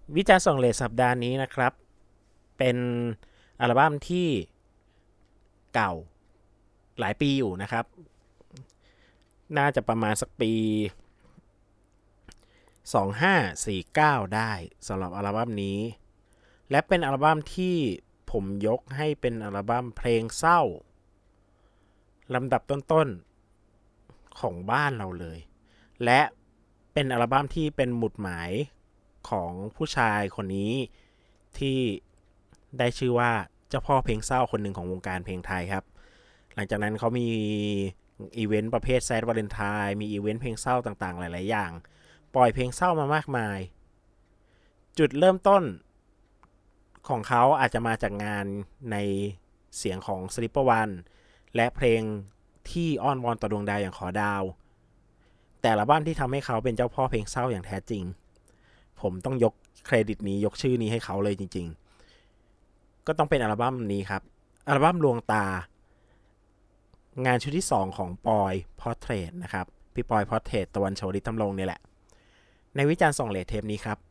วิจารณ์ส่งเลทสัปดาห์นี้นะครับเป็นอัลบั้มที่เก่าหลายปีอยู่นะครับน่าจะประมาณสักปี2549ได้สำหรับอัลบั้มนี้และเป็นอัลบั้มที่ผมยกให้เป็นอัลบั้มเพลงเศร้าลำดับต้นๆของบ้านเราเลยและเป็นอัลบั้มที่เป็นหมุดหมายของผู้ชายคนนี้ที่ได้ชื่อว่าเจ้าพ่อเพลงเศร้าคนหนึ่งของวงการเพลงไทยครับหลังจากนั้นเขามีอีเวนต์ประเภทแซดวาเลนไทน์มีอีเวนต์เพลงเศร้าต่างๆหลายๆอย่างปล่อยเพลงเศร้ามามากมายจุดเริ่มต้นของเขาอาจจะมาจากงานในเสียงของสลิปเปอร์วันและเพลงที่อ้อนวอนต่อดวงดาวอย่างขอดาวแต่ละบ้านที่ทำให้เขาเป็นเจ้าพ่อเพลงเศร้าอย่างแท้จริงผมต้องยกเครดิตนี้ยกชื่อนี้ให้เขาเลยจริงๆก็ต้องเป็นอัลบั้มนี้ครับอัลบั้มลวงตางานชุดที่2ของปอยพอร์เทรตนะครับพี่ปอยพอร์เทรตตะวันโชติทำลงนี่แหละในวิจารณ์ส่งเลทเทปนี้ครับ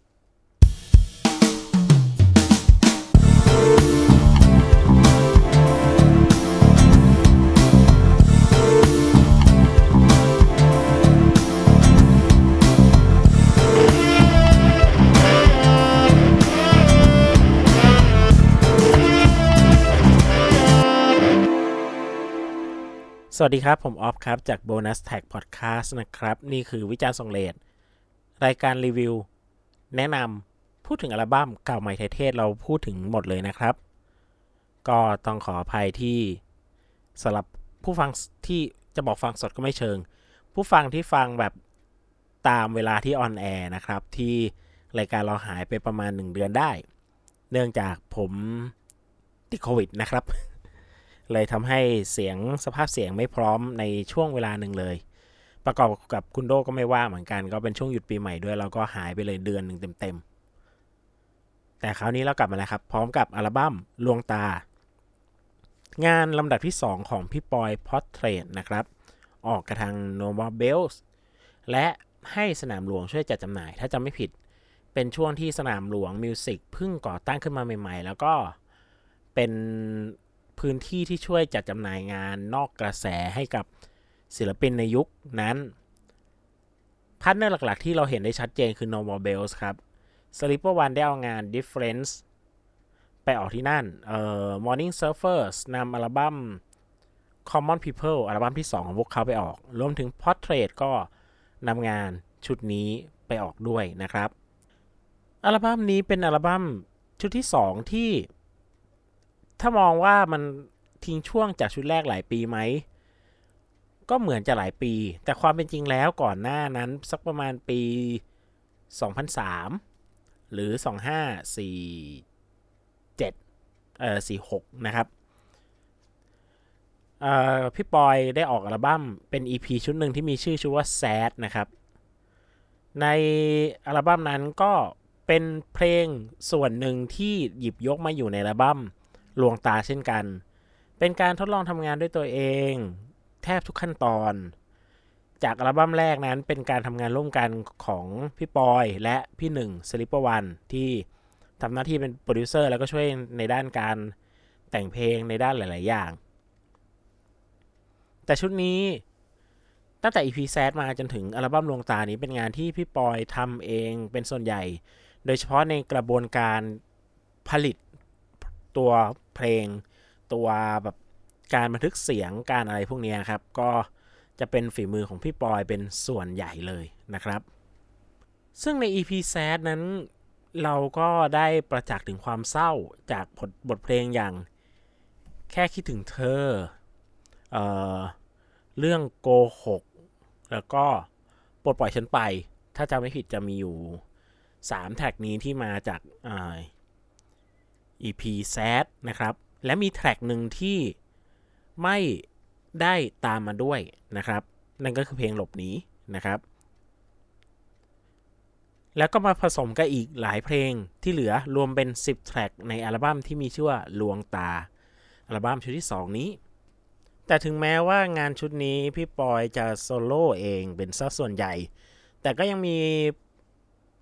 สวัสดีครับผมออฟครับจาก Bonus Tag Podcast นะครับนี่คือวิจารณ์ส่งเลทรายการรีวิวแนะนำพูดถึงอัลบั้มเก่าใหม่ไทยเทศเราพูดถึงหมดเลยนะครับก็ต้องขออภัยที่สำหรับผู้ฟังที่จะบอกฟังสดก็ไม่เชิงผู้ฟังที่ฟังแบบตามเวลาที่ออนแอร์นะครับที่รายการเราหายไปประมาณ1เดือนได้เนื่องจากผมติดโควิดนะครับเลยทำให้เสียงสภาพเสียงไม่พร้อมในช่วงเวลาหนึ่งเลยประกอบกับคุณโดก็ไม่ว่าเหมือนกันก็เป็นช่วงหยุดปีใหม่ด้วยเราก็หายไปเลยเดือนหนึ่งเต็มๆแต่คราวนี้เรากลับมาแล้วครับพร้อมกับอัลบั้มลวงตางานลำดับที่2ของพี่ปอยพอร์เทรตนะครับออกกระทาง Nova Bells และให้สนามหลวงช่วยจัดจำหน่ายถ้าจำไม่ผิดเป็นช่วงที่สนามหลวงมิวสิกเพิ่งก่อตั้งขึ้นมาใหม่ๆแล้วก็เป็นพื้นที่ที่ช่วยจัดจำหน่ายงานนอกกระแสให้กับศิลปินในยุคนั้นพาร์ทเนอร์หลักๆที่เราเห็นได้ชัดเจนคือ Nova Bells ครับ Slipper One ได้เอางาน Difference ไปออกที่นั่นMorning Surfers นำอัลบั้ม Common People อัลบั้มที่2ของพวกเขาไปออกรวมถึง Portrait ก็นำงานชุดนี้ไปออกด้วยนะครับอัลบั้มนี้เป็นอัลบั้มชุดที่2ที่ถ้ามองว่ามันทิ้งช่วงจากชุดแรกหลายปีไหมก็เหมือนจะหลายปีแต่ความเป็นจริงแล้วก่อนหน้านั้นสักประมาณปี2003หรือ2547 46นะครับพี่ปอยได้ออกอัลบั้มเป็น EP ชุดหนึ่งที่มีชื่อว่า Sad นะครับในอัลบั้มนั้นก็เป็นเพลงส่วนหนึ่งที่หยิบยกมาอยู่ในอัลบั้มลวงตาเช่นกันเป็นการทดลองทำงานด้วยตัวเองแทบทุกขั้นตอนจากอัลบั้มแรกนั้นเป็นการทำงานร่วมกันของพี่ปอยและพี่หนึ่งสลิปเปอร์วันที่ทำหน้าที่เป็นโปรดิวเซอร์แล้วก็ช่วยในด้านการแต่งเพลงในด้านหลายๆอย่างแต่ชุดนี้ตั้งแต่ EP Sad มาจนถึงอัลบั้มลวงตานี้เป็นงานที่พี่ปอยทำเองเป็นส่วนใหญ่โดยเฉพาะในกระบวนการผลิตตัวเพลงตัวแบบการบันทึกเสียงการอะไรพวกนี้ครับก็จะเป็นฝีมือของพี่ปอยเป็นส่วนใหญ่เลยนะครับซึ่งใน EP Sad นั้นเราก็ได้ประจักษ์ถึงความเศร้าจากบทเพลงอย่างแค่คิดถึงเธอเรื่องโกหกแล้วก็ปลดปล่อยฉันไปถ้าจำไม่ผิดจะมีอยู่3แท็กนี้ที่มาจากEP Sad นะครับและมีแทร็กหนึ่งที่ไม่ได้ตามมาด้วยนะครับนั่นก็คือเพลงหลบหนีนะครับแล้วก็มาผสมกับอีกหลายเพลงที่เหลือรวมเป็น10แทร็กในอัลบั้มที่มีชื่อว่าลวงตาอัลบั้มชุดที่2นี้แต่ถึงแม้ว่างานชุดนี้พี่ปอยจะโซโล่เองเป็นซะส่วนใหญ่แต่ก็ยังมี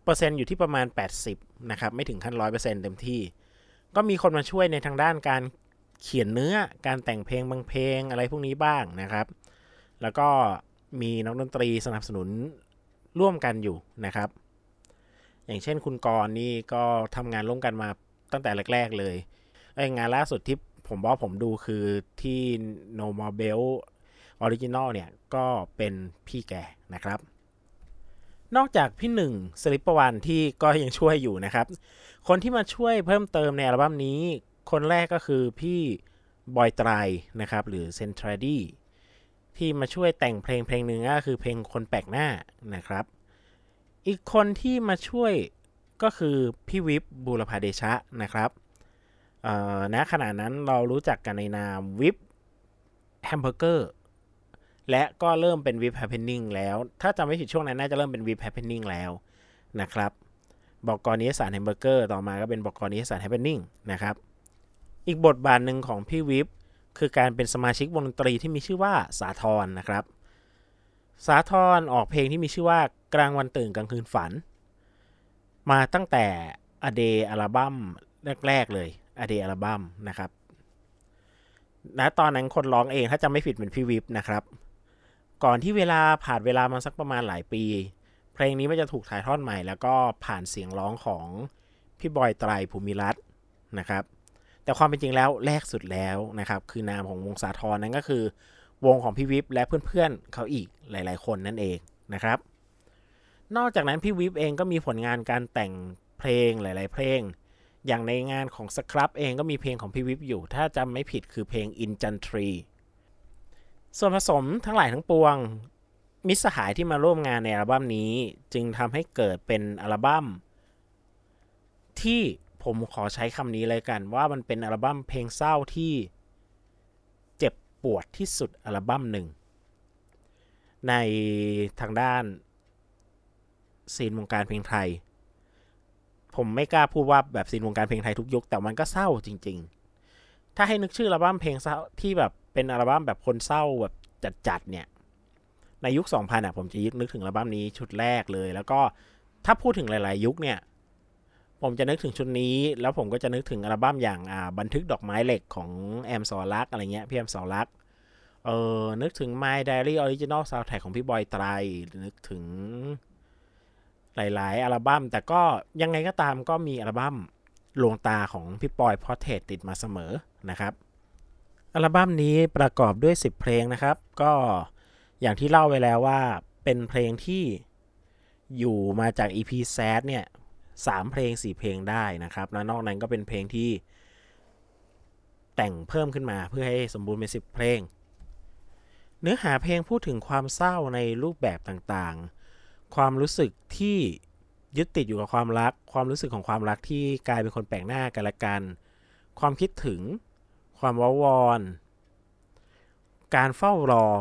เปอร์เซ็นต์อยู่ที่ประมาณ80นะครับไม่ถึงขั้น 100% เต็มที่ก็มีคนมาช่วยในทางด้านการเขียนเนื้อการแต่งเพลงบางเพลงอะไรพวกนี้บ้างนะครับแล้วก็มีนักดนตรีสนับสนุนร่วมกันอยู่นะครับอย่างเช่นคุณกรณ์นี่ก็ทำงานร่วมกันมาตั้งแต่แรกๆเลยงานล่าสุดที่ผมดูคือที่ No More Bell Original เนี่ยก็เป็นพี่แกนะครับนอกจากพี่หนึ่งสลิปประวันที่ก็ยังช่วยอยู่นะครับคนที่มาช่วยเพิ่มเติมในอัลบั้มนี้คนแรกก็คือพี่บอยไตรนะครับหรือเซนทราดีที่มาช่วยแต่งเพลงหนึ่งก็คือเพลงคนแปลกหน้านะครับอีกคนที่มาช่วยก็คือพี่วิปบูรพาเดชะนะครับณขณะนั้นเรารู้จักกันในนามวิปแฮมเบอร์เกอร์และก็เริ่มเป็นวิปแฮปเพนนิ่งแล้วถ้าจำไม่ผิดช่วงนั้นน่าจะเริ่มเป็นวิปแฮปเพนนิ่งแล้วนะครับบอกกรนิยสารแฮมเบอร์เกอร์ต่อมาก็เป็นบอกกรนิยสารแฮปเพนนิ่งนะครับอีกบทบาทหนึ่งของพี่วิปคือการเป็นสมาชิกวงดนตรีที่มีชื่อว่าสาธรนะครับสาธรออกเพลงที่มีชื่อว่ากลางวันตื่นกลางคืนฝันมาตั้งแต่อเดย์อัลบั้มแรกๆเลยอเดย์อัลบั้มนะครับณตอนนั้นคนร้องเองถ้าจำไม่ผิดเป็นพี่วิปนะครับก่อนที่ผ่านเวลามาสักประมาณหลายปีเพลงนี้มันจะถูกถ่ายทอดใหม่แล้วก็ผ่านเสียงร้องของพี่บอยไตรภูมิรัตน์นะครับแต่ความเป็นจริงแล้วแรกสุดแล้วนะครับคือนามของวงสาธรนั้นก็คือวงของพี่วิปและเพื่อนๆเขาอีกหลายๆคนนั่นเองนะครับนอกจากนั้นพี่วิปเองก็มีผลงานการแต่งเพลงหลายๆเพลงอย่างในงานของสครับเองก็มีเพลงของพี่วิปอยู่ถ้าจำไม่ผิดคือเพลงอินจันทรีส่วนผสมทั้งหลายทั้งปวงมิตรสหายที่มาร่วมงานในอัลบั้มนี้จึงทำให้เกิดเป็นอัลบั้มที่ผมขอใช้คำนี้เลยกันว่ามันเป็นอัลบั้มเพลงเศร้าที่เจ็บปวดที่สุดอัลบั้มหนึ่งในทางด้านซีนวงการเพลงไทยผมไม่กล้าพูดว่าแบบซีนวงการเพลงไทยทุกยุคแต่มันก็เศร้าจริงๆถ้าให้นึกชื่ออัลบั้มเพลงเศร้าที่แบบเป็นอัลบั้มแบบคนเศร้าแบบจัดๆเนี่ยในยุค 2000 ผมจะนึกถึงอัลบั้มนี้ชุดแรกเลยแล้วก็ถ้าพูดถึงหลายๆยุคเนี่ยผมจะนึกถึงชุดนี้แล้วผมก็จะนึกถึงอัลบั้มอย่างบันทึกดอกไม้เหล็กของแอมสอรักอะไรเงี้ยพี่แอมสอรักนึกถึง My Diary Original Soundtrack ของพี่บอยไตรนึกถึงหลายๆอัลบั้มแต่ก็ยังไงก็ตามก็มีอัลบั้มลวงตาของพี่ปอยพอร์เทรตติดมาเสมอนะครับอัลบั้มนี้ประกอบด้วย10เพลงนะครับก็อย่างที่เล่าไว้แล้วว่าเป็นเพลงที่อยู่มาจาก EP Sad เนี่ย3เพลง4เพลงได้นะครับแล้วนอกนั้นก็เป็นเพลงที่แต่งเพิ่มขึ้นมาเพื่อให้สมบูรณ์เป็น10เพลงเนื้อหาเพลงพูดถึงความเศร้าในรูปแบบต่างๆความรู้สึกที่ยึดติดอยู่กับความรักความรู้สึกของความรักที่กลายเป็นคนแปลกหน้ากันละกันความคิดถึงความว้าวอนการเฝ้ารอ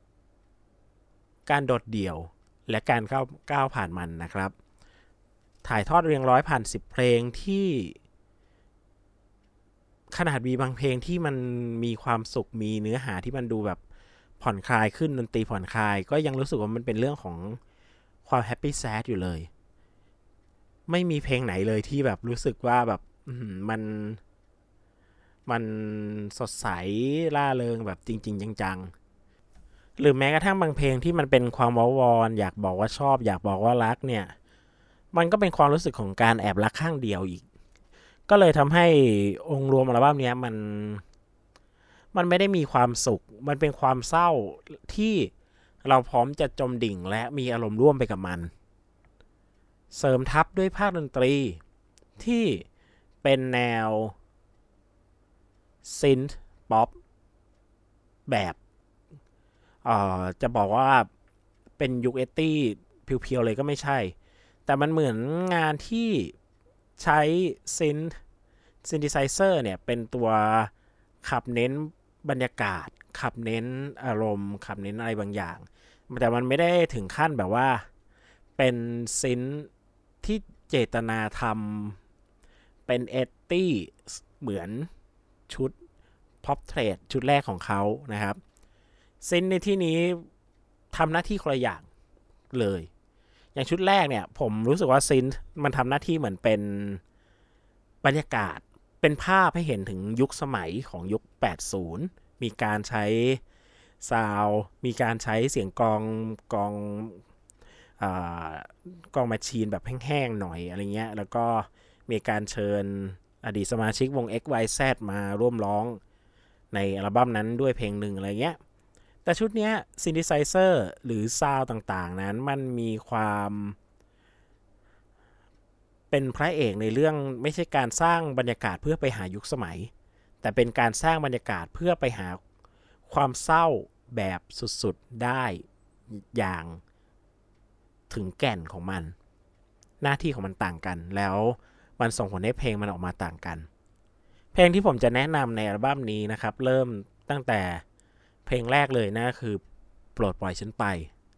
การโดดเดี่ยวและการก้าวผ่านมันนะครับถ่ายทอดเรียงร้อยผ่าน10เพลงที่ขนาดมีบางเพลงที่มันมีความสุขมีเนื้อหาที่มันดูแบบผ่อนคลายขึ้นดนตรีผ่อนคลายก็ยังรู้สึกว่ามันเป็นเรื่องของความแฮปปี้แซดอยู่เลยไม่มีเพลงไหนเลยที่แบบรู้สึกว่าแบบมันสดใสร่าเริงแบบจริงๆจังๆหรือแม้กระทั่งบางเพลงที่มันเป็นความว้าวอนอยากบอกว่าชอบอยากบอกว่ารักเนี่ยมันก็เป็นความรู้สึกของการแอบรักข้างเดียวอีกก็เลยทำให้องค์รวมอัลบั้มนี้มันไม่ได้มีความสุขมันเป็นความเศร้าที่เราพร้อมจะจมดิ่งและมีอารมณ์ร่วมไปกับมันเสริมทับด้วยภาคดนตรีที่เป็นแนวซินธ์ป๊อปแบบจะบอกว่าเป็นยุค80เพียวๆเลยก็ไม่ใช่แต่มันเหมือนงานที่ใช้ซินธิไซเซอร์เนี่ยเป็นตัวขับเน้นบรรยากาศขับเน้นอารมณ์ขับเน้นอะไรบางอย่างแต่มันไม่ได้ถึงขั้นแบบว่าเป็นซินที่เจตนาทำเป็นเหมือนชุดพ็อปเทรดชุดแรกของเขานะครับซินในที่นี้ทำหน้าที่คนละอย่างเลยอย่างชุดแรกเนี่ยผมรู้สึกว่าซินมันทำหน้าที่เหมือนเป็นบรรยากาศเป็นภาพให้เห็นถึงยุคสมัยของยุค80มีการใช้ซาวมีการใช้เสียงกองกองแมชชีนแบบแห้งๆหน่อยอะไรเงี้ยแล้วก็มีการเชิญอดีตสมาชิกวง XYZ มาร่วมร้องในอัลบั้มนั้นด้วยเพลงหนึ่งอะไรเงี้ยแต่ชุดเนี้ยซินธิไซเซอร์หรือซาวต่างๆนั้นมันมีความเป็นพระเอกในเรื่องไม่ใช่การสร้างบรรยากาศเพื่อไปหายุคสมัยแต่เป็นการสร้างบรรยากาศเพื่อไปหาความเศร้าแบบสุดๆได้อย่างถึงแก่นของมันหน้าที่ของมันต่างกันแล้วมันส่งผลให้เพลงมันออกมาต่างกันเพลงที่ผมจะแนะนำในอัลบั้มนี้นะครับเริ่มตั้งแต่เพลงแรกเลยนะคือโปรดปล่อยฉันไป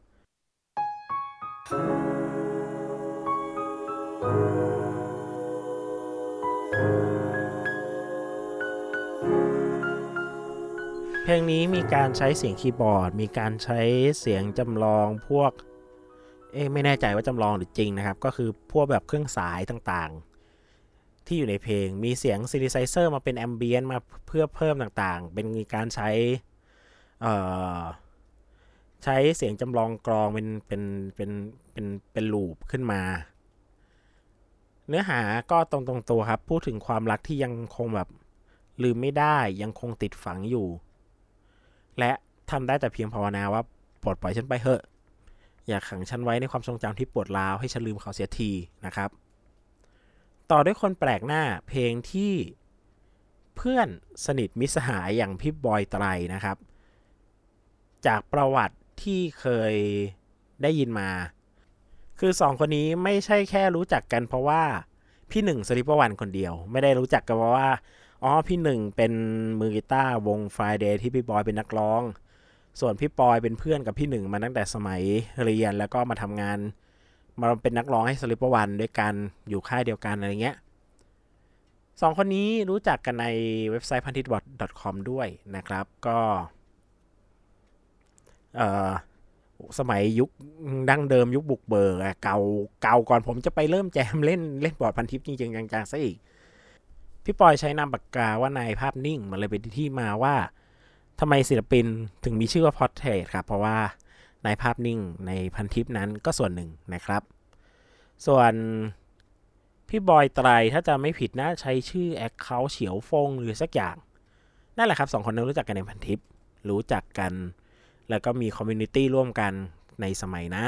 เพลงนี้มีการใช้เสียงคีย์บอร์ดมีการใช้เสียงจำลองพวกไม่แน่ใจว่าจำลองหรือจริงนะครับก็คือพวกแบบเครื่องสายต่างๆที่อยู่ในเพลงมีเสียงซินธิไซเซอร์มาเป็นแอมเบียนต์มาเพื่อเพิ่มต่างๆเป็นการใช้เอ่อใช้เสียงจำลองกลองเป็นลูปขึ้นมาเนื้อหาก็ตรงตัวครับพูดถึงความรักที่ยังคงแบบลืมไม่ได้ยังคงติดฝังอยู่และทำได้แต่เพียงภาวนาว่าปลดปล่อยฉันไปเถอะอย่าขังฉันไว้ในความทรงจำที่ปวดร้าวให้ฉันลืมเขาเสียทีนะครับต่อด้วยคนแปลกหน้าเพลงที่เพื่อนสนิทมิตรสหายอย่างพี่บอยไตรนะครับจากประวัติที่เคยได้ยินมาคือสองคนนี้ไม่ใช่แค่รู้จักกันเพราะว่าพี่หนึ่งสลิปวันคนเดียวไม่ได้รู้จักกันเพราะว่าพี่หนึ่งเป็นมือกีตาร์วง Friday ที่พี่บอยเป็นนักร้องส่วนพี่ปอยเป็นเพื่อนกับพี่หนึ่งมาตั้งแต่สมัยเรียนแล้วก็มาทำงานมาเป็นนักร้องให้สลิปวันด้วยกันอยู่ค่ายเดียวกันอะไรเงี้ยสองคนนี้รู้จักกันในเว็บไซต์ พันทิป .com ด้วยนะครับก็สมัยยุคดั้งเดิมยุคบุกเบิกเก่าก่อนผมจะไปเริ่มแจมเล่นบอร์ดพันทิปจริงๆจังๆซะอีกพี่ปอยใช้นามปากกาว่านายภาพนิ่งมันเลยเป็นที่มาว่าทำไมศิลปินถึงมีชื่อว่าพอร์เทรตครับเพราะว่านายภาพนิ่งในพันทิปนั้นก็ส่วนหนึ่งนะครับส่วนพี่บอยไตรถ้าจะไม่ผิดนะใช้ชื่อแอคเคาท์เฉียวฟงหรือสักอย่างนั่นแหละครับสองคนนั้นรู้จักกันในพันทิปรู้จักกันแล้วก็มีคอมมูนิตี้ร่วมกันในสมัยนั้น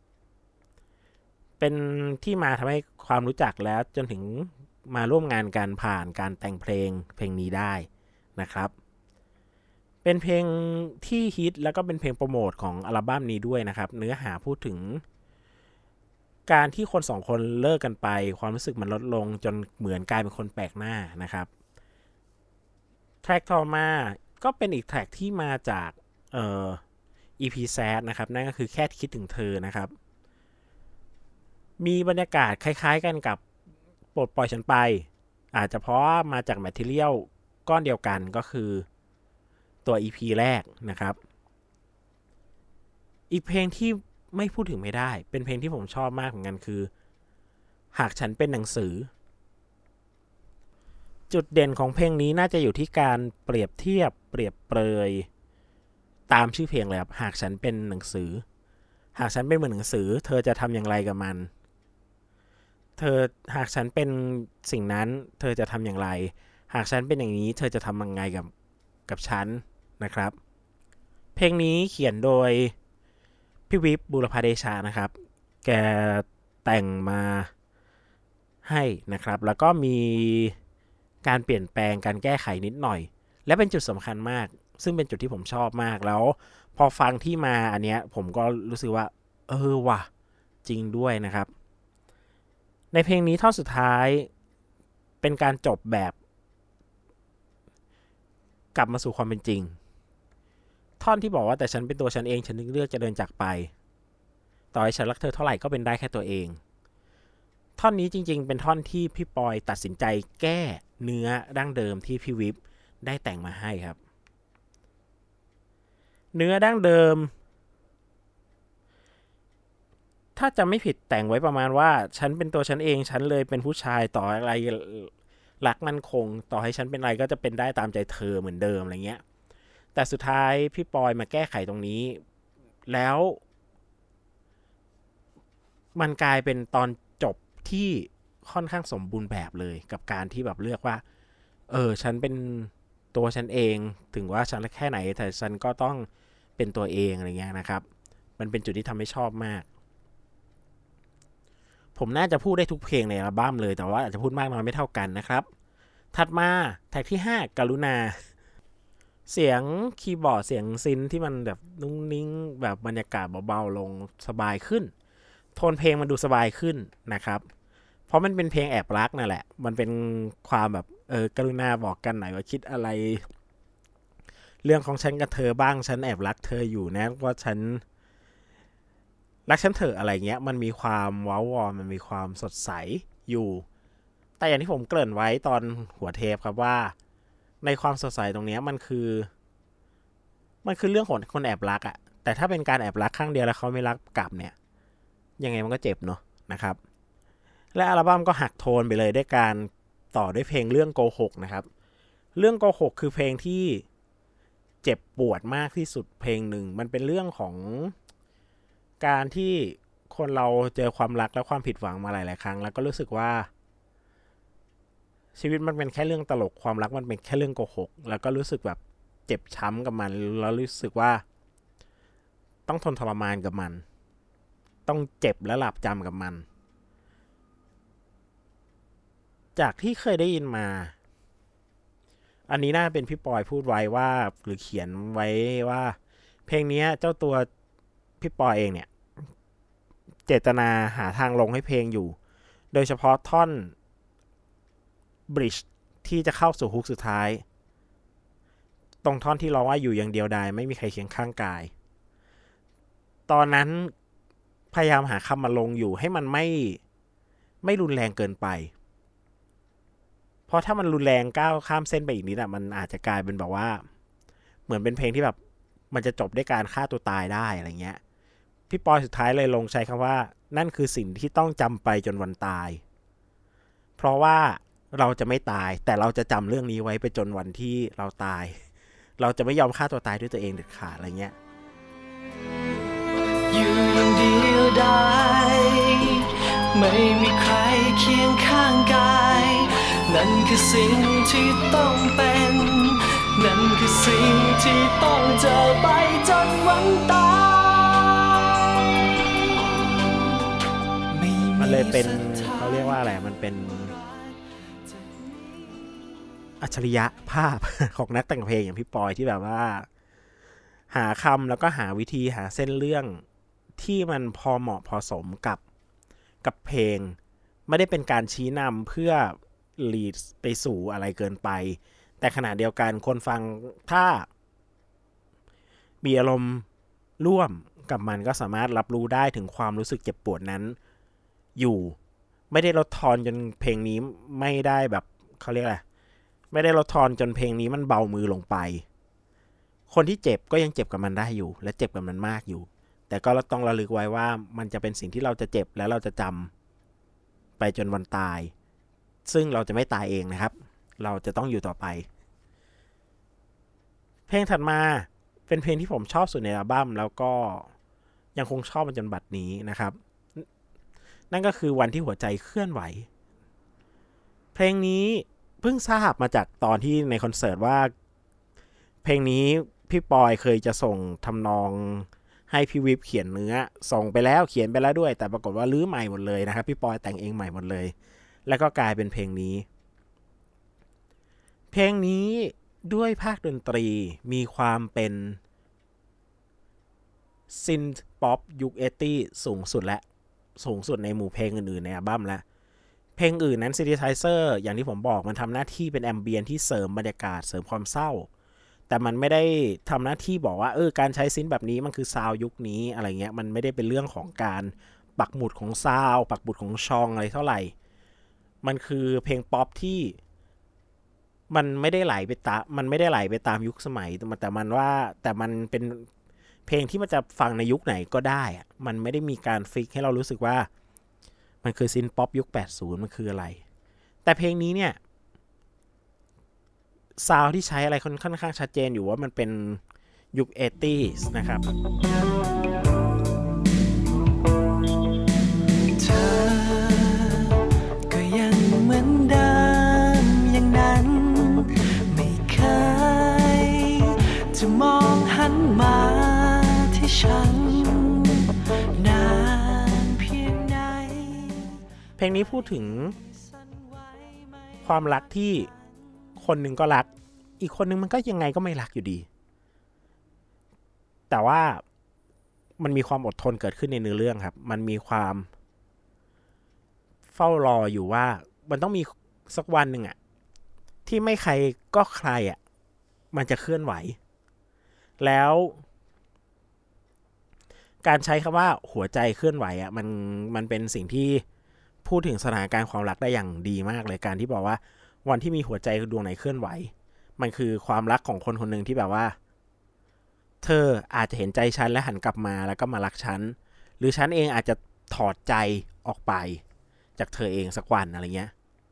เป็นที่มาทำให้ความรู้จักแล้วจนถึงมาร่วมงานกันผ่านการแต่งเพลงนี้ได้นะครับเป็นเพลงที่ฮิตแล้วก็เป็นเพลงโปรโมทของอัลบั้มนี้ด้วยนะครับเนื้อหาพูดถึงการที่คนสองคนเลิกกันไปความรู้สึกมันลดลงจนเหมือนกลายเป็นคนแปลกหน้านะครับแทร็กต่อมาก็เป็นอีกแทร็กที่มาจากEP Sad นะครับนั่นก็คือแค่คิดถึงเธอนะครับมีบรรยากาศคล้ายๆกันกับปลดปล่อยฉันไปอาจจะเพราะมาจากแมททีเรียลก้อนเดียวกันก็คือตัว EP แรกนะครับอีกเพลงที่ไม่พูดถึงไม่ได้เป็นเพลงที่ผมชอบมากเหมือนกันคือหากฉันเป็นหนังสือจุดเด่นของเพลงนี้น่าจะอยู่ที่การเปรียบเทียบเปรียบเปรยตามชื่อเพลงเลยครับหากฉันเป็นหนังสือหากฉันเป็นเหมือนหนังสือเธอจะทำอย่างไรกับมันหากฉันเป็นสิ่งนั้นเธอจะทำอย่างไรหากฉันเป็นอย่างนี้เธอจะทำยังไงกับฉันนะครับเพลงนี้เขียนโดยพี่วิปบุรพาเดชานะครับแกแต่งมาให้นะครับแล้วก็มีการเปลี่ยนแปลงการแก้ไขนิดหน่อยและเป็นจุดสำคัญมากซึ่งเป็นจุดที่ผมชอบมากแล้วพอฟังที่มาอันเนี้ยผมก็รู้สึกว่าว่ะจริงด้วยนะครับในเพลงนี้ท่อนสุดท้ายเป็นการจบแบบกลับมาสู่ความเป็นจริงท่อนที่บอกว่าแต่ฉันเป็นตัวฉันเองฉันเลือกจะเดินจากไปต่อให้ฉันรักเธอเท่าไหร่ก็เป็นได้แค่ตัวเองท่อนนี้จริงๆเป็นท่อนที่พี่ปอยตัดสินใจแก้เนื้อดั้งเดิมที่พี่วิปได้แต่งมาให้ครับเนื้อดั้งเดิม ถ้ถ้าจะไม่ผิดแต่งไว้ประมาณว่าฉันเป็นตัวฉันเองฉันเลยเป็นผู้ชายต่ออะไรรักมั่นคงต่อให้ฉันเป็นอะไรก็จะเป็นได้ตามใจเธอเหมือนเดิมอะไรเงี้ยแต่สุดท้ายพี่ปอยมาแก้ไขตรงนี้แล้วมันกลายเป็นตอนจบที่ค่อนข้างสมบูรณ์แบบเลยกับการที่แบบเลือกว่าฉันเป็นตัวฉันเองถึงว่าฉันแค่ไหนแต่ฉันก็ต้องเป็นตัวเองอะไรเงี้ยนะครับมันเป็นจุดที่ทำให้ชอบมากผมน่าจะพูดได้ทุกเพลงในอัลบั้มเลยแต่ว่าอาจจะพูดมากน้อยไม่เท่ากันนะครับถัดมาแท็กที่5กรุณาเสียงคีย์บอร์ดเสียงซินที่มันแบบนุ่งนิ่งแบบบรรยากาศเบาๆลงสบายขึ้นโทนเพลงมันดูสบายขึ้นนะครับเพราะมันเป็นเพลงแอบรักนั่นแหละมันเป็นความแบบกรุณาบอกกันหน่อยว่าคิดอะไรเรื่องของฉันกับเธอบ้างฉันแอบรักเธออยู่นะว่าฉันรักฉันเถอะอะไรเงี้ยมันมีความว้าววอนมันมีความสดใสอยู่แต่อย่างที่ผมเกริ่นไว้ตอนหัวเทปครับว่าในความสดใสตรงนี้มันคือเรื่องของคนแอบรักอะแต่ถ้าเป็นการแอบรักครั้งเดียวแล้วเขาไม่รักกลับเนี่ยยังไงมันก็เจ็บเนาะนะครับและอัลบั้มก็หักโทนไปเลยด้วยการต่อด้วยเพลงเรื่องโกหกนะครับเรื่องโกหกคือเพลงที่เจ็บปวดมากที่สุดเพลงหนึ่งมันเป็นเรื่องของการที่คนเราเจอความรักและความผิดหวังมาหลายๆครั้งแล้วก็รู้สึกว่าชีวิตมันเป็นแค่เรื่องตลกความรักมันเป็นแค่เรื่องโกหกแล้วก็รู้สึกแบบเจ็บช้ำกับมันแล้วรู้สึกว่าต้องทนทรมานกับมันต้องเจ็บและหลับจำกับมันจากที่เคยได้ยินมาอันนี้น่าเป็นพี่ปอยพูดไว้ว่าหรือเขียนไว้ว่าเพลงนี้เจ้าตัวพี่ปอยเองเนี่ยเจตนาหาทางลงให้เพลงอยู่โดยเฉพาะท่อนบริดจ์ที่จะเข้าสู่ฮุกสุดท้ายตรงท่อนที่ร้องว่าอยู่อย่างเดียวดายไม่มีใครเคียงข้างกายตอนนั้นพยายามหาคำมาลงอยู่ให้มันไม่รุนแรงเกินไปเพราะถ้ามันรุนแรงก้าวข้ามเส้นไปอีกนิดมันอาจจะกลายเป็นแบบว่าเหมือนเป็นเพลงที่แบบมันจะจบด้วยการฆ่าตัวตายได้อะไรเงี้ยพี่ปอยสุดท้ายเลยลงใช้คำว่านั่นคือสิ่งที่ต้องจำไปจนวันตายเพราะว่าเราจะไม่ตายแต่เราจะจำเรื่องนี้ไว้ไปจนวันที่เราตายเราจะไม่ยอมฆ่าตัวตายด้วยตัวเองเด็ดขาดอะไรเงี้ยอยู่อย่างเดียวดายไม่มีใครเคียงข้างกายนั่นคือสิ่งที่ต้องเป็นนั่นคือสิ่งที่ต้องเจอไปจนวันตายมันเลยเป็นเขาเรียกว่าอะไรมันเป็นอัจฉริยะภาพ ของนักแต่งเพลงอย่างพี่ปอยที่แบบว่าหาคำแล้วก็หาวิธีหาเส้นเรื่องที่มันพอเหมาะพอสมกับเพลงไม่ได้เป็นการชี้นำเพื่อลีดไปสู่อะไรเกินไปแต่ขณะเดียวกันคนฟังถ้ามีอารมณ์ร่วมกับมันก็สามารถรับรู้ได้ถึงความรู้สึกเจ็บปวดนั้นอยู่ไม่ได้ลดทอนจนเพลงนี้ไม่ได้แบบเขาเรียกอะไรไม่ได้ลดทอนจนเพลงนี้มันเบามือลงไปคนที่เจ็บก็ยังเจ็บกับมันได้อยู่และเจ็บกับมันมากอยู่แต่ก็ต้องระลึกไว้ว่ามันจะเป็นสิ่งที่เราจะเจ็บและเราจะจำไปจนวันตายซึ่งเราจะไม่ตายเองนะครับเราจะต้องอยู่ต่อไปเพลงถัดมาเป็นเพลงที่ผมชอบสุดในอัลบั้มแล้วก็ยังคงชอบมันจนบัดนี้นะครับนั่นก็คือวันที่หัวใจเคลื่อนไหวเพลงนี้เพิ่งทราบมาจากตอนที่ในคอนเสิร์ตว่าเพลงนี้พี่ปอยเคยจะส่งทำนองให้พี่วิปเขียนเนื้อส่งไปแล้วเขียนไปแล้วด้วยแต่ปรากฏว่ารื้อใหม่หมดเลยนะครับพี่ปอยแต่งเองใหม่หมดเลยแล้วก็กลายเป็นเพลงนี้ด้วยภาคดนตรีมีความเป็นซินธ์ป๊อปยุค80สูงสุดในหมู่เพลงอื่นๆในอัลบั้มแล้วเพลงอื่นนั้นซินธิไซเซอร์อย่างที่ผมบอกมันทำหน้าที่เป็นแอมเบียนที่เสริมบรรยากาศเสริมความเศร้าแต่มันไม่ได้ทำหน้าที่บอกว่าการใช้ซินแบบนี้มันคือซาวยุคนี้อะไรเงี้ยมันไม่ได้เป็นเรื่องของการปักหมุดของซาวปักหมุดของชองอะไรเท่าไหร่มันคือเพลงป๊อปที่มันไม่ได้ไหลไปตามยุคสมัยแต่มันเป็นเพลงที่มันจะฟังในยุคไหนก็ได้อะมันไม่ได้มีการฟิกให้เรารู้สึกว่ามันคือซินป๊อปยุค80มันคืออะไรแต่เพลงนี้เนี่ยซาวด์ที่ใช้อะไรค่อนข้างชัดเจนอยู่ว่ามันเป็นยุค 80s นะครับเธอก็ยังเหมือนเดิมอย่างนั้นไม่เคยจะมองหันมาที่ฉันนานเพียงใดเพลงนี้พูดถึงความรักที่คนหนึ่งก็รักอีกคนหนึ่งมันก็ยังไงก็ไม่รักอยู่ดีแต่ว่ามันมีความอดทนเกิดขึ้นในเนื้อเรื่องครับมันมีความเฝ้ารออยู่ว่ามันต้องมีสักวันหนึ่งอะที่ไม่ใครก็ใครอะมันจะเคลื่อนไหวแล้วการใช้คำว่าหัวใจเคลื่อนไหวอะมันเป็นสิ่งที่พูดถึงสถานการณ์ความรักได้อย่างดีมากเลยการที่บอกว่าวันที่มีหัวใจดวงไหนเคลื่อนไหวมันคือความรักของคนคนหนึ่งที่แบบว่าเธออาจจะเห็นใจฉันและหันกลับมาแล้วก็มารักฉันหรือฉันเองอาจจะถอดใจออกไปจากเธอเองสักวันอะไรเงี้ย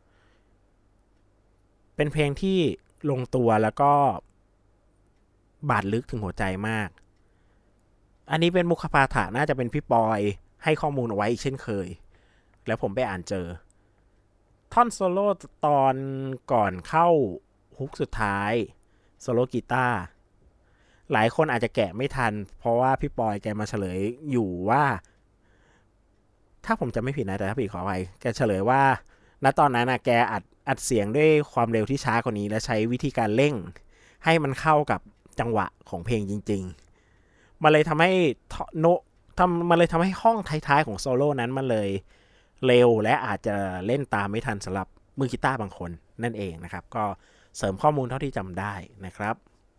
เป็นเพลงที่ลงตัวแล้วก็บาดลึกถึงหัวใจมากอันนี้เป็นมุขปาฐะน่าจะเป็นพี่ปอยให้ข้อมูลเอาไว้อีกเช่นเคยแล้วผมไปอ่านเจอท่อนโซโล่ตอนก่อนเข้าฮุกสุดท้ายโซโล่กีตาร์หลายคนอาจจะแกะไม่ทันเพราะว่าพี่ปอยแกมาเฉลยอยู่ว่าถ้าผมจะไม่ผิดนะแต่ถ้าผิดขออภัยแกเฉลยว่าณตอนนั้นนะแกอัดเสียงด้วยความเร็วที่ช้ากว่านี้และใช้วิธีการเร่งให้มันเข้ากับจังหวะของเพลงจริงๆมันเลยทำให้มันเลยทำให้ห้องท้ายๆของโซโล่นั้นมันเลยเร็วและอาจจะเล่นตามไม่ทันสำหรับมือกีตาร์บางคนนั่นเองนะครับก็เสริมข้อมูลเท่าที่จำได้นะครับ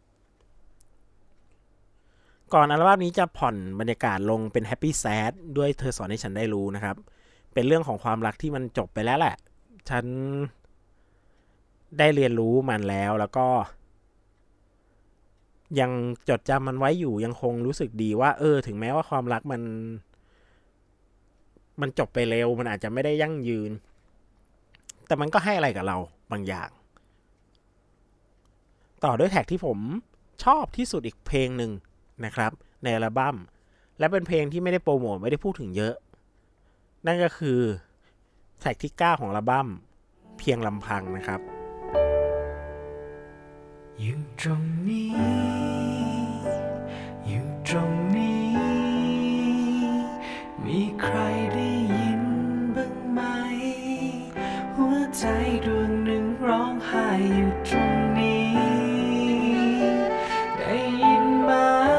ก่อนอัลบั้มนี้จะผ่อนบรรยากาศลงเป็นแฮปปี้แซดด้วยเธอสอนให้ฉันได้รู้นะครับเป็นเรื่องของความรักที่มันจบไปแล้วแหละฉันได้เรียนรู้มันแล้วก็ยังจดจำมันไว้อยู่ยังคงรู้สึกดีว่าถึงแม้ว่าความรักมันจบไปเร็วมันอาจจะไม่ได้ยั่งยืนแต่มันก็ให้อะไรกับเราบางอย่างต่อด้วยแท็กที่ผมชอบที่สุดอีกเพลงหนึ่งนะครับในอัลบั้มและเป็นเพลงที่ไม่ได้โปรโมทไม่ได้พูดถึงเยอะนั่นก็คือแท็กที่9ของอัลบั้มเพียงลำพังนะครับอยู่ตรงนี้อยู่ตรงนี้มีใครได้ยินบ้างไหมหัวใจดวงหนึ่งร้องไห้อยู่ตรงนี้ได้ยินไหม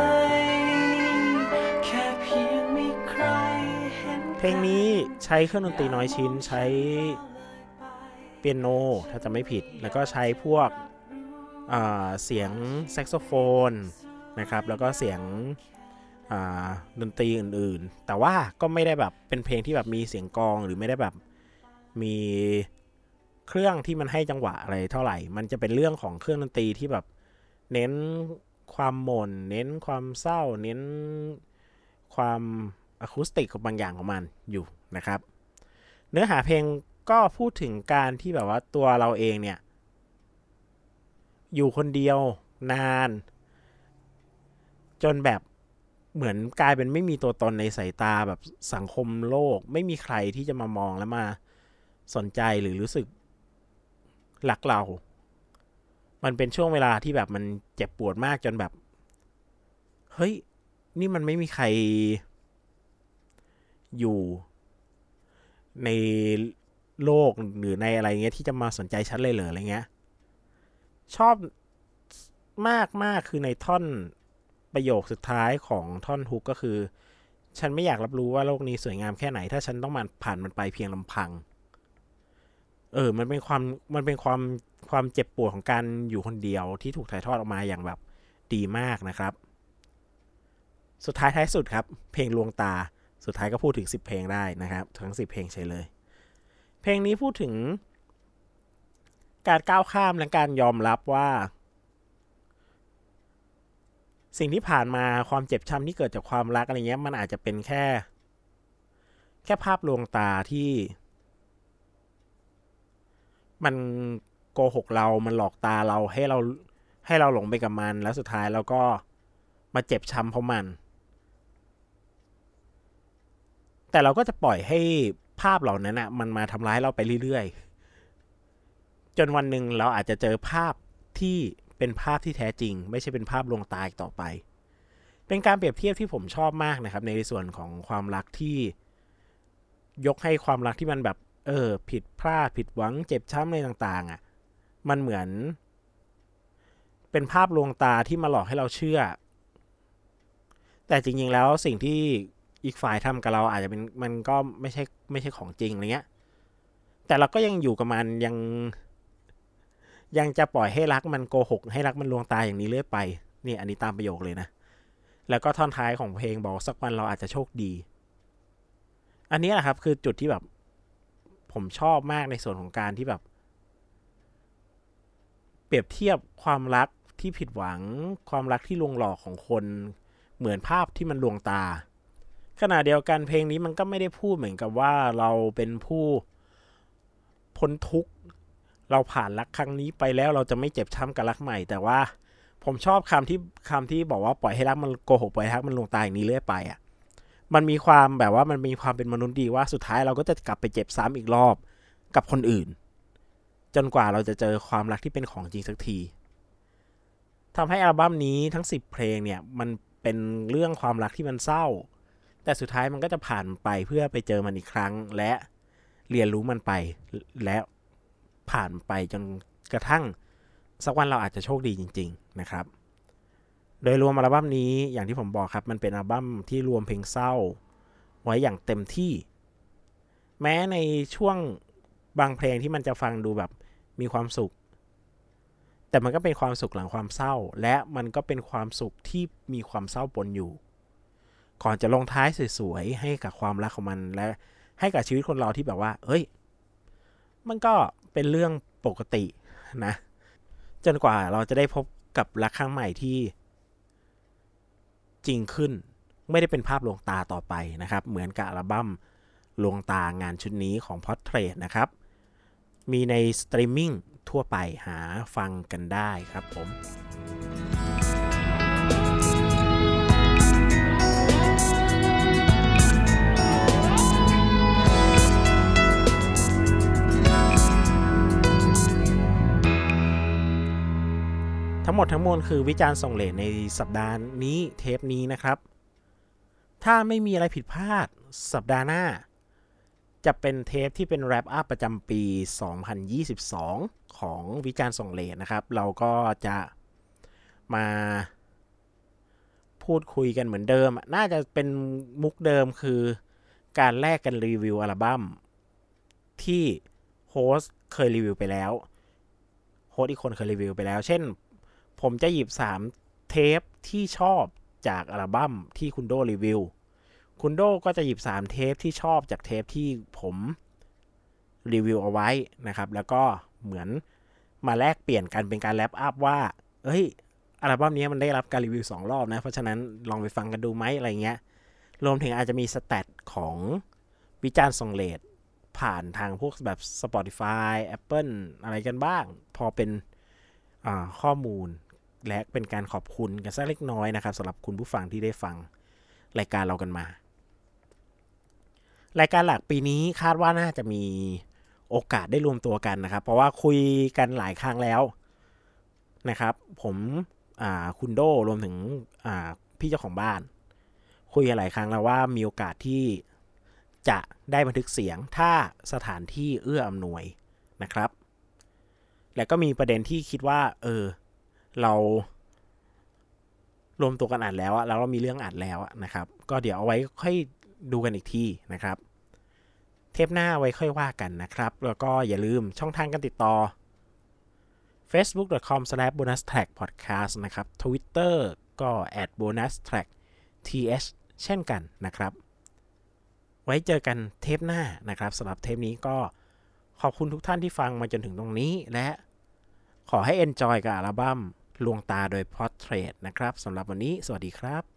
แค่เพียงมีใครเห็นเพลงนี้ใช้เครื่องดนตรีน้อยชิ้นใช้เปียโนถ้าจะไม่ผิดแล้วก็ใช้พวกเสียงแซกโซโฟนนะครับแล้วก็เสียงดนตรีอื่นๆแต่ว่าก็ไม่ได้แบบเป็นเพลงที่แบบมีเสียงกลองหรือไม่ได้แบบมีเครื่องที่มันให้จังหวะอะไรเท่าไหร่มันจะเป็นเรื่องของเครื่องดนตรีที่แบบเน้นความหม่นเน้นความเศร้าเน้นความอะคูสติกของบางอย่างของมันอยู่นะครับเนื้อหาเพลงก็พูดถึงการที่แบบว่าตัวเราเองเนี่ยอยู่คนเดียวนานจนแบบเหมือนกลายเป็นไม่มีตัวตนในสายตาแบบสังคมโลกไม่มีใครที่จะมามองและมาสนใจหรือรู้สึกรักเรามันเป็นช่วงเวลาที่แบบมันเจ็บปวดมากจนแบบเฮ้ยนี่มันไม่มีใครอยู่ในโลกหรือในอะไรเงี้ยที่จะมาสนใจฉันเลยเหรออะไรเงี้ยชอบมากคือในท่อนประโยคสุดท้ายของท่อนฮุกก็คือฉันไม่อยากรับรู้ว่าโลกนี้สวยงามแค่ไหนถ้าฉันต้องผ่านมันไปเพียงลำพังมันเป็นความเจ็บปวดของการอยู่คนเดียวที่ถูกถ่ายทอดออกมาอย่างแบบดีมากนะครับสุดท้ายท้ายสุดครับเพลงลวงตาสุดท้ายก็พูดถึง10เพลงได้นะครับทั้ง10เพลงใช่เลยเพลงนี้พูดถึงการก้าวข้ามและการยอมรับว่าสิ่งที่ผ่านมาความเจ็บช้ำที่เกิดจากความรักอะไรเงี้ยมันอาจจะเป็นแค่ภาพลวงตาที่มันโกหกเรามันหลอกตาเราให้เราหลงไปกับมันแล้วสุดท้ายเราก็มาเจ็บช้ำเพราะมันแต่เราก็จะปล่อยให้ภาพเหล่านั้นมันมาทำร้ายเราไปเรื่อยๆจนวันหนึ่งเราอาจจะเจอภาพที่เป็นภาพที่แท้จริงไม่ใช่เป็นภาพลวงตาอีกต่อไปเป็นการเปรียบเทียบที่ผมชอบมากนะครับในส่วนของความรักที่ยกให้ความรักที่มันแบบผิดพลาดผิดหวังเจ็บช้ำอะไรต่างๆมันเหมือนเป็นภาพลวงตาที่มาหลอกให้เราเชื่อแต่จริงๆแล้วสิ่งที่อีกฝ่ายทำกับเราอาจจะเป็นมันก็ไม่ใช่ของจริงอะไรเงี้ยแต่เราก็ยังอยู่กับมันยังจะปล่อยให้รักมันโกหกให้รักมันลวงตาอย่างนี้เรื่อยไปนี่อันนี้ตามประโยคเลยนะแล้วก็ท่อนท้ายของเพลงบอกสักวันเราอาจจะโชคดีอันนี้แหละครับคือจุดที่แบบผมชอบมากในส่วนของการที่แบบเปรียบเทียบความรักที่ผิดหวังความรักที่ลวงหลอกของคนเหมือนภาพที่มันลวงตาขณะเดียวกันเพลงนี้มันก็ไม่ได้พูดเหมือนกับว่าเราเป็นผู้พ้นทุกข์เราผ่านรักครั้งนี้ไปแล้วเราจะไม่เจ็บช้ำกับรักใหม่แต่ว่าผมชอบคำที่บอกว่าปล่อยให้รักมันโกหกปล่อยให้รักมันลวงตาอย่างนี้เรื่อยไปมันมีความแบบว่ามันมีความเป็นมนุษย์ดีว่าสุดท้ายเราก็จะกลับไปเจ็บซ้ำอีกรอบกับคนอื่นจนกว่าเราจะเจอความรักที่เป็นของจริงสักทีทำให้อัลบั้มนี้ทั้ง10เพลงเนี่ยมันเป็นเรื่องความรักที่มันเศร้าแต่สุดท้ายมันก็จะผ่านไปเพื่อไปเจอมันอีกครั้งและเรียนรู้มันไปและผ่านไปจนกระทั่งสักวันเราอาจจะโชคดีจริงๆนะครับโดยรวมอัลบั้มนี้อย่างที่ผมบอกครับมันเป็นอัลบั้มที่รวมเพลงเศร้าไว้อย่างเต็มที่แม้ในช่วงบางเพลงที่มันจะฟังดูแบบมีความสุขแต่มันก็เป็นความสุขหลังความเศร้าและมันก็เป็นความสุขที่มีความเศร้าปนอยู่ก่อนจะลงท้ายสวยๆให้กับความรักของมันและให้กับชีวิตคนเราที่แบบว่ามันก็เป็นเรื่องปกตินะจนกว่าเราจะได้พบกับรักครั้งใหม่ที่จริงขึ้นไม่ได้เป็นภาพลวงตาต่อไปนะครับเหมือนกับอัลบั้มลวงตางานชุดนี้ของ Portrait นะครับมีในสตรีมมิ่งทั่วไปหาฟังกันได้ครับผมทั้งหมดทั้งมวลคือวิจารณ์ส่งเลทในสัปดาห์นี้เทปนี้นะครับถ้าไม่มีอะไรผิดพลาดสัปดาห์หน้าจะเป็นเทปที่เป็นแรปอัพประจำปี 2022 ของวิจารณ์ส่งเลทนะครับเราก็จะมาพูดคุยกันเหมือนเดิมน่าจะเป็นมุกเดิมคือการแลกกันรีวิวอัลบั้มที่โฮสต์เคยรีวิวไปแล้วโฮสต์อีกคนเคยรีวิวไปแล้วเช่นผมจะหยิบ3เทปที่ชอบจากอัลบั้มที่คุณโดรีวิวคุณโดก็จะหยิบ3เทปที่ชอบจากเทปที่ผมรีวิวเอาไว้นะครับแล้วก็เหมือนมาแลกเปลี่ยนกันเป็นการแรปอัพว่าอัลบั้มนี้มันได้รับการรีวิว2รอบนะเพราะฉะนั้นลองไปฟังกันดูไหมอะไรเงี้ยรวมถึงอาจจะมีสแตทของวิจารณ์ส่งเลทผ่านทางพวกแบบ Spotify Apple อะไรกันบ้างพอเป็นข้อมูลและเป็นการขอบคุณกันสักเล็กน้อยนะครับสำหรับคุณผู้ฟังที่ได้ฟังรายการเรากันมารายการหลักปีนี้คาดว่าน่าจะมีโอกาสได้รวมตัวกันนะครับเพราะว่าคุยกันหลายครั้งแล้วนะครับผมคุณโดรวมถึงพี่เจ้าของบ้านคุยกันหลายครั้งแล้วว่ามีโอกาสที่จะได้บันทึกเสียงถ้าสถานที่เอื้ออำนวยนะครับและก็มีประเด็นที่คิดว่าเรารวมตัวกันอัดแล้วแล้วเรามีเรื่องอัดแล้วนะครับก็เดี๋ยวเอาไว้ค่อยดูกันอีกทีนะครับเทปหน้าไว้ค่อยว่ากันนะครับแล้วก็อย่าลืมช่องทางการติดต่อ facebook.com/bonustrackpodcast นะครับ Twitter ก็ @bonustrackth เช่นกันนะครับไว้เจอกันเทปหน้านะครับสำหรับเทปนี้ก็ขอบคุณทุกท่านที่ฟังมาจนถึงตรงนี้และขอให้ enjoy กับอัลบั้มลวงตาโดย Portrait นะครับสำหรับวันนี้สวัสดีครับ